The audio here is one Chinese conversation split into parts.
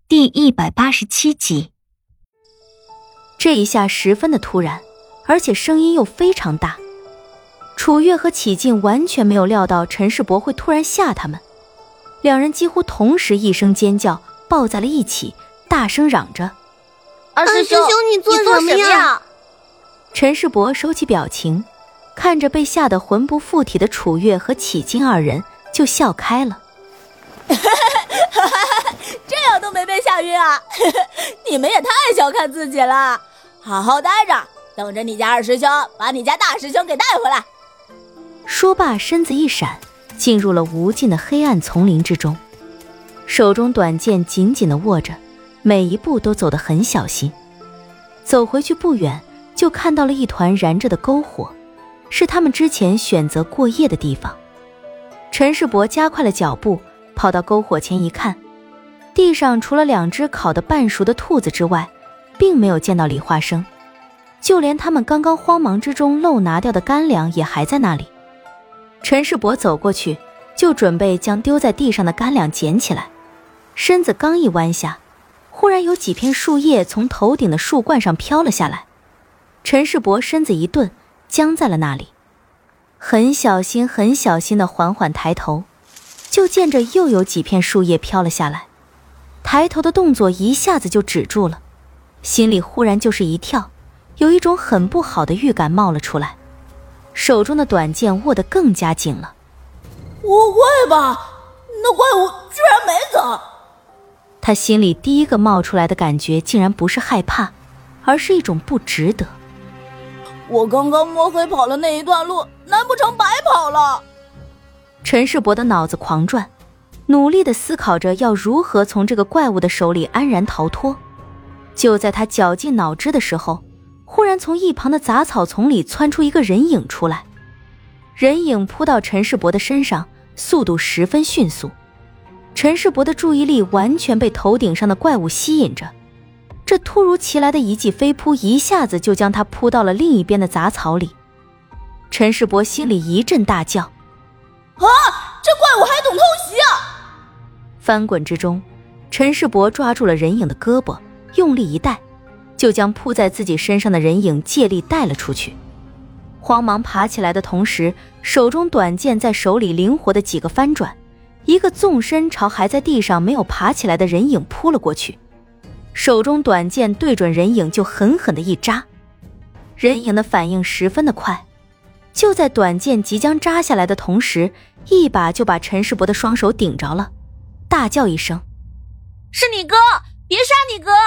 第187集。 这一下十分的突然，而且声音又非常大。楚月和启静完全没有料到陈世伯会突然吓他们，两人几乎同时一声尖叫，抱在了一起，大声嚷着： 二师兄，你做什么呀？ 陈世伯收起表情，看着被吓得魂不附体的楚月和启静二人，就笑开了。 这样都没被吓晕啊！你们也太小看自己了，好好待着，等着你家二师兄把你家大师兄给带回来。 说罢，身子一闪，进入了无尽的黑暗丛林之中，手中短剑紧紧地握着，每一步都走得很小心。走回去不远，就看到了一团燃着的篝火，是他们之前选择过夜的地方。陈世伯加快了脚步，跑到篝火前一看，地上除了2只烤得半熟的兔子之外，并没有见到李化生，就连他们刚刚慌忙之中漏拿掉的干粮也还在那里。陈世伯走过去，就准备将丢在地上的干粮捡起来，身子刚一弯下，忽然有几片树叶从头顶的树冠上飘了下来。陈世伯身子一顿，僵在了那里，很小心很小心地缓缓抬头，就见着又有几片树叶飘了下来。抬头的动作一下子就止住了，心里忽然就是一跳，有一种很不好的预感冒了出来，手中的短剑握得更加紧了。 不会吧，那怪物居然没走！ 他心里第一个冒出来的感觉竟然不是害怕，而是一种不值得。 我刚刚摸黑跑了那一段路，难不成白跑了？ 陈世伯的脑子狂转，努力地思考着要如何从这个怪物的手里安然逃脱。就在他绞尽脑汁的时候，忽然从一旁的杂草丛里窜出一个人影出来。人影扑到陈世伯的身上，速度十分迅速。陈世伯的注意力完全被头顶上的怪物吸引着，这突如其来的一记飞扑一下子就将他扑到了另一边的杂草里。陈世伯心里一阵大叫： 啊，这怪物还懂偷袭啊！ 翻滚之中，陈世伯抓住了人影的胳膊，用力一带，就将扑在自己身上的人影借力带了出去。慌忙爬起来的同时，手中短剑在手里灵活的几个翻转，一个纵身朝还在地上没有爬起来的人影扑了过去，手中短剑对准人影就狠狠的一扎。人影的反应十分的快，就在短剑即将扎下来的同时，一把就把陈世伯的双手顶着了，大叫一声： 是你哥，别杀你哥！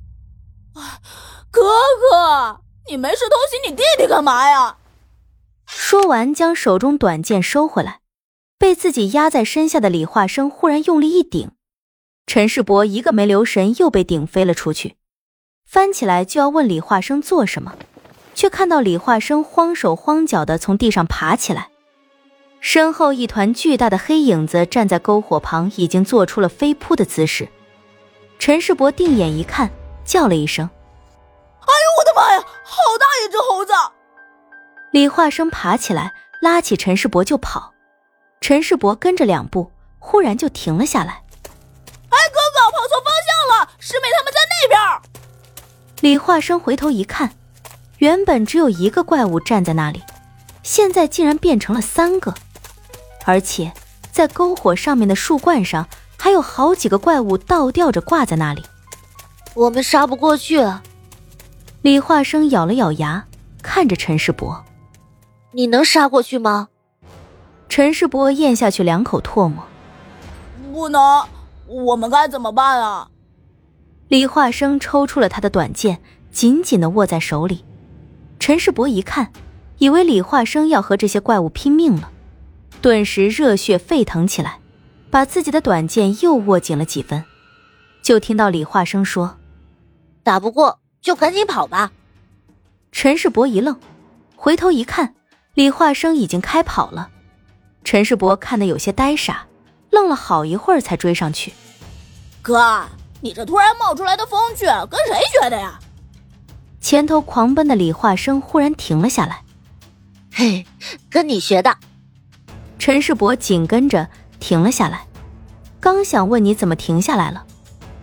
哥哥，你没事偷袭你弟弟干嘛呀？ 说完将手中短剑收回来，被自己压在身下的李化生忽然用力一顶，陈世伯一个没留神又被顶飞了出去，翻起来就要问李化生做什么，却看到李化生慌手慌脚地从地上爬起来，身后一团巨大的黑影子站在篝火旁，已经做出了飞扑的姿势。陈世伯定眼一看，叫了一声： 哎呦我的妈呀，好大一只猴子！ 李化生爬起来，拉起陈世伯就跑。陈世伯跟着2步，忽然就停了下来。 哎，哥哥，跑错方向了，师妹他们在那边。 李化生回头一看，原本只有一个怪物站在那里，现在竟然变成了3个，而且在篝火上面的树冠上还有好几个怪物倒吊着挂在那里。 我们杀不过去。 李化生咬了咬牙，看着陈世伯： 你能杀过去吗？ 陈世伯咽下去2口唾沫： 不能，我们该怎么办啊？ 李化生抽出了他的短剑，紧紧地握在手里。陈世伯一看，以为李化生要和这些怪物拼命了，顿时热血沸腾起来，把自己的短剑又握紧了几分。就听到李化生说： 打不过就赶紧跑吧。 陈世伯一愣，回头一看，李化生已经开跑了。陈世伯看得有些呆傻，愣了好一会儿才追上去。 哥，你这突然冒出来的风趣跟谁学的呀？ 前头狂奔的李化生忽然停了下来。 嘿，跟你学的。 陈世伯紧跟着停了下来，刚想问你怎么停下来了，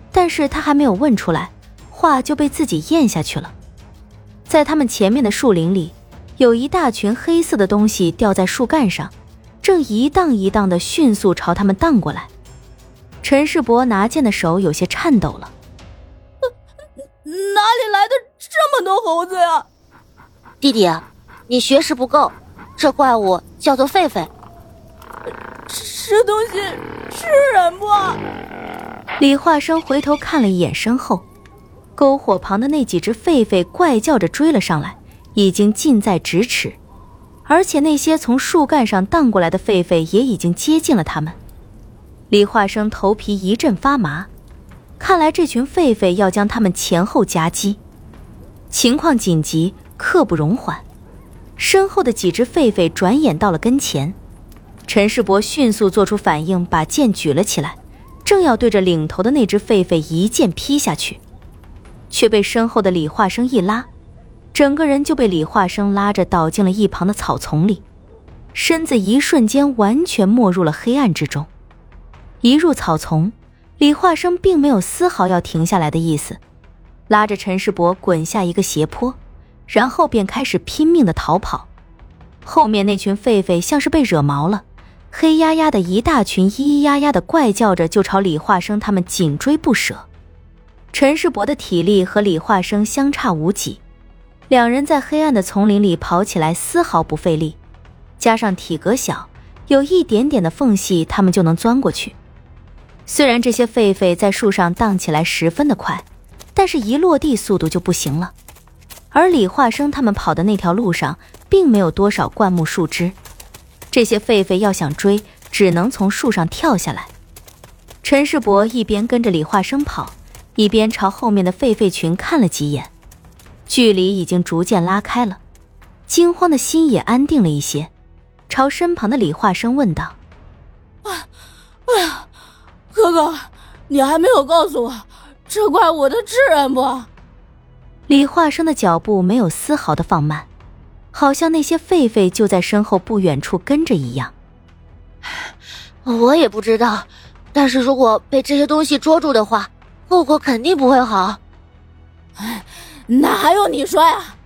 但是他还没有问出来，话就被自己咽下去了。在他们前面的树林里，有一大群黑色的东西吊在树干上，正一荡一荡地迅速朝他们荡过来。陈世伯拿剑的手有些颤抖了。 哪里来的这么多猴子呀？ 弟弟，你学识不够，这怪物叫做狒狒。 这东西是人不？ 李化生回头看了一眼身后，篝火旁的那几只狒狒怪叫着追了上来，已经近在咫尺，而且那些从树干上荡过来的狒狒也已经接近了他们。李化生头皮一阵发麻，看来这群狒狒要将他们前后夹击，情况紧急，刻不容缓。身后的几只狒狒转眼到了跟前，陈世伯迅速做出反应，把剑举了起来，正要对着领头的那只狒狒一剑劈下去，却被身后的李化生一拉，整个人就被李化生拉着倒进了一旁的草丛里，身子一瞬间完全没入了黑暗之中。一入草丛，李化生并没有丝毫要停下来的意思，拉着陈世伯滚下一个斜坡，然后便开始拼命地逃跑。后面那群狒狒像是被惹毛了，黑压压的一大群咿咿呀呀的怪叫着就朝李化生他们紧追不舍。陈世伯的体力和李化生相差无几，两人在黑暗的丛林里跑起来丝毫不费力，加上体格小，有一点点的缝隙他们就能钻过去。虽然这些狒狒在树上荡起来十分的快，但是一落地速度就不行了。而李化生他们跑的那条路上并没有多少灌木树枝，这些狒狒要想追，只能从树上跳下来。陈世伯一边跟着李化生跑，一边朝后面的狒狒群看了几眼，距离已经逐渐拉开了，惊慌的心也安定了一些，朝身旁的李化生问道： 哎呀，哥哥，你还没有告诉我这怪物的智人不？ 李化生的脚步没有丝毫的放慢，好像那些狒狒就在身后不远处跟着一样。 我也不知道，但是如果被这些东西捉住的话，后果肯定不会好。 哪有你说呀？